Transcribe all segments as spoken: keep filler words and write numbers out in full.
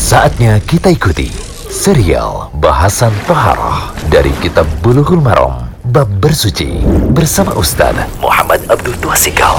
Saatnya kita ikuti serial bahasan Toharoh dari Kitab Bulughul Maram Bab Bersuci bersama Ustaz Muhammad Abdul Twasikal.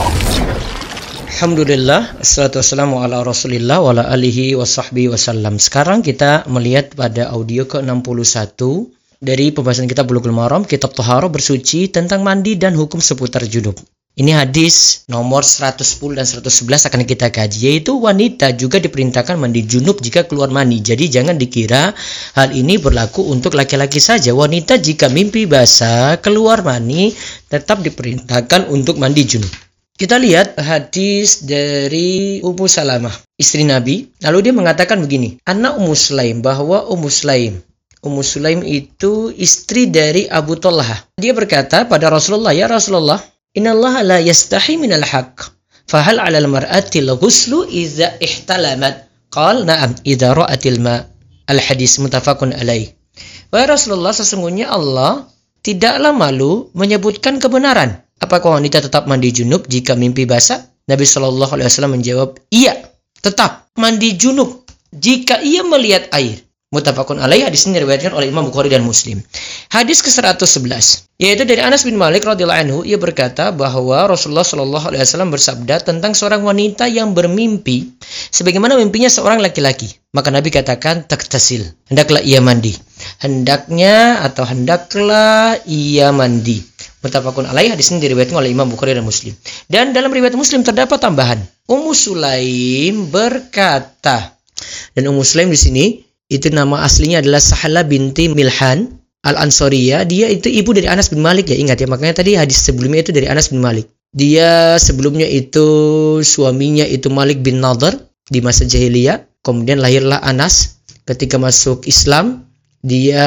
Alhamdulillah, assalatu wassalamu ala rasulillah wa ala alihi wa sahbihi wasallam. Sekarang kita melihat pada audio ke enam puluh satu dari pembahasan kitab Bulughul Maram, kitab Toharoh bersuci tentang mandi dan hukum seputar junub. Ini hadis nomor seratus sepuluh dan seratus sebelas akan kita kaji, yaitu wanita juga diperintahkan mandi junub jika keluar mani. Jadi jangan dikira hal ini berlaku untuk laki-laki saja. Wanita jika mimpi basah keluar mani tetap diperintahkan untuk mandi junub. Kita lihat hadis dari Ummu Salamah, istri Nabi. Lalu dia mengatakan begini, Anna Ummu Sulaim, bahwa Ummu Sulaim. Ummu Sulaim itu istri dari Abu Talha. Dia berkata pada Rasulullah, ya Rasulullah, Innallaha la yastahi minal haqq. Fahal 'alal mar'ati al-ghuslu idza ihtalamat? Qal na'am idza ra'atil ma. Al-hadis muttafaqun alaih. Wahai Rasulullah, sesungguhnya Allah tidaklah malu menyebutkan kebenaran. Apakah wanita tetap mandi junub jika mimpi basah? Nabi shallallahu alaihi wasallam menjawab, iya, tetap mandi junub jika ia melihat air. Muttafaqun alaih. Hadis ini diriwayatkan oleh Imam Bukhari dan Muslim. Hadis ke seratus sebelas, yaitu dari Anas bin Malik radhiyallahu anhu, ia berkata bahwa Rasulullah shallallahu alaihi wasallam bersabda tentang seorang wanita yang bermimpi sebagaimana mimpinya seorang laki-laki. Maka Nabi katakan, taktasil, hendaklah ia mandi. Hendaknya atau hendaklah ia mandi. Muttafaqun alaih. Hadis ini diriwayatkan oleh Imam Bukhari dan Muslim. Dan dalam riwayat Muslim terdapat tambahan. Ummu Sulaim berkata, dan Ummu Sulaim di sini itu nama aslinya adalah Sahla binti Milhan Al-Ansariyah. Dia itu ibu dari Anas bin Malik, ya ingat ya. Makanya tadi hadis sebelumnya itu dari Anas bin Malik. Dia sebelumnya itu suaminya itu Malik bin Nadhr di masa jahiliyah. Kemudian lahirlah Anas. Ketika masuk Islam, dia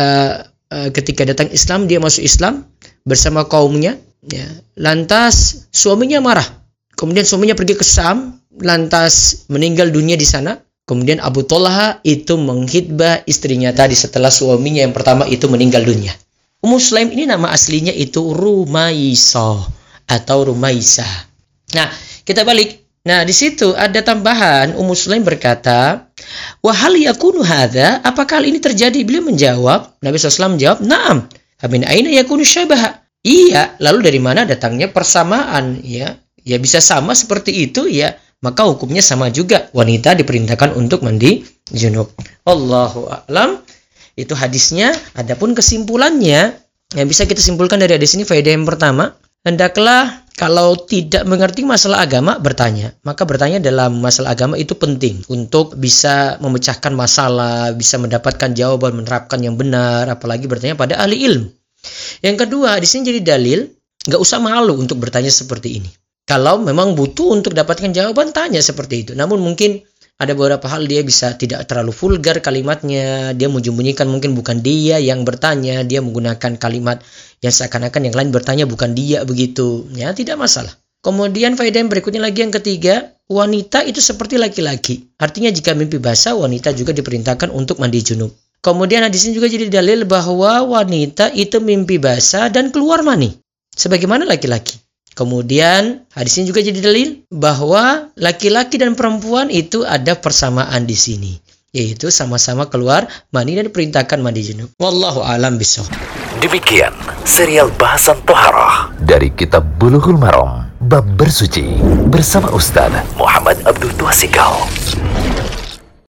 ketika datang Islam dia masuk Islam bersama kaumnya. Ya. Lantas suaminya marah. Kemudian suaminya pergi ke Syam, lantas meninggal dunia di sana. Kemudian Abu Talha itu menghitbah istrinya tadi setelah suaminya yang pertama itu meninggal dunia. Ummu Sulaim ini nama aslinya itu Rumaisah atau Rumaisah. Nah, kita balik. Nah, di situ ada tambahan. Ummu Sulaim berkata, "Wa hal yakunu hadza?" Apakah hal ini terjadi? Beliau menjawab, Nabi shallallahu alaihi wasallam menjawab, "Na'am. Min aina yakunu syabaha?" Iya, lalu dari mana datangnya persamaan, ya? Ya bisa sama seperti itu, ya. Maka hukumnya sama juga. Wanita diperintahkan untuk mandi junub. Allahu a'lam. Itu hadisnya. Adapun kesimpulannya, yang bisa kita simpulkan dari hadis ini, faedah yang pertama, hendaklah kalau tidak mengerti masalah agama, bertanya. Maka bertanya dalam masalah agama itu penting untuk bisa memecahkan masalah, bisa mendapatkan jawaban, menerapkan yang benar, apalagi bertanya pada ahli ilmu. Yang kedua, hadis ini jadi dalil, nggak usah malu untuk bertanya seperti ini. Kalau memang butuh untuk dapatkan jawaban, tanya seperti itu. Namun mungkin ada beberapa hal dia bisa tidak terlalu vulgar kalimatnya. Dia menyembunyikan, mungkin bukan dia yang bertanya. Dia menggunakan kalimat yang seakan-akan yang lain bertanya, bukan dia begitu. Ya, tidak masalah. Kemudian faedah yang berikutnya lagi yang ketiga, wanita itu seperti laki-laki. Artinya jika mimpi basah, wanita juga diperintahkan untuk mandi junub. Kemudian hadis ini juga jadi dalil bahwa wanita itu mimpi basah dan keluar mani sebagaimana laki-laki. Kemudian hadis ini juga jadi dalil bahwa laki-laki dan perempuan itu ada persamaan di sini, yaitu sama-sama keluar mani dan diperintahkan mandi junub. Wallahu a'lam bishawab. Demikian serial bahasan Toharoh dari Kitab Bulughul Maram Bab Bersuci bersama Ustaz Muhammad Abdul Twasikal.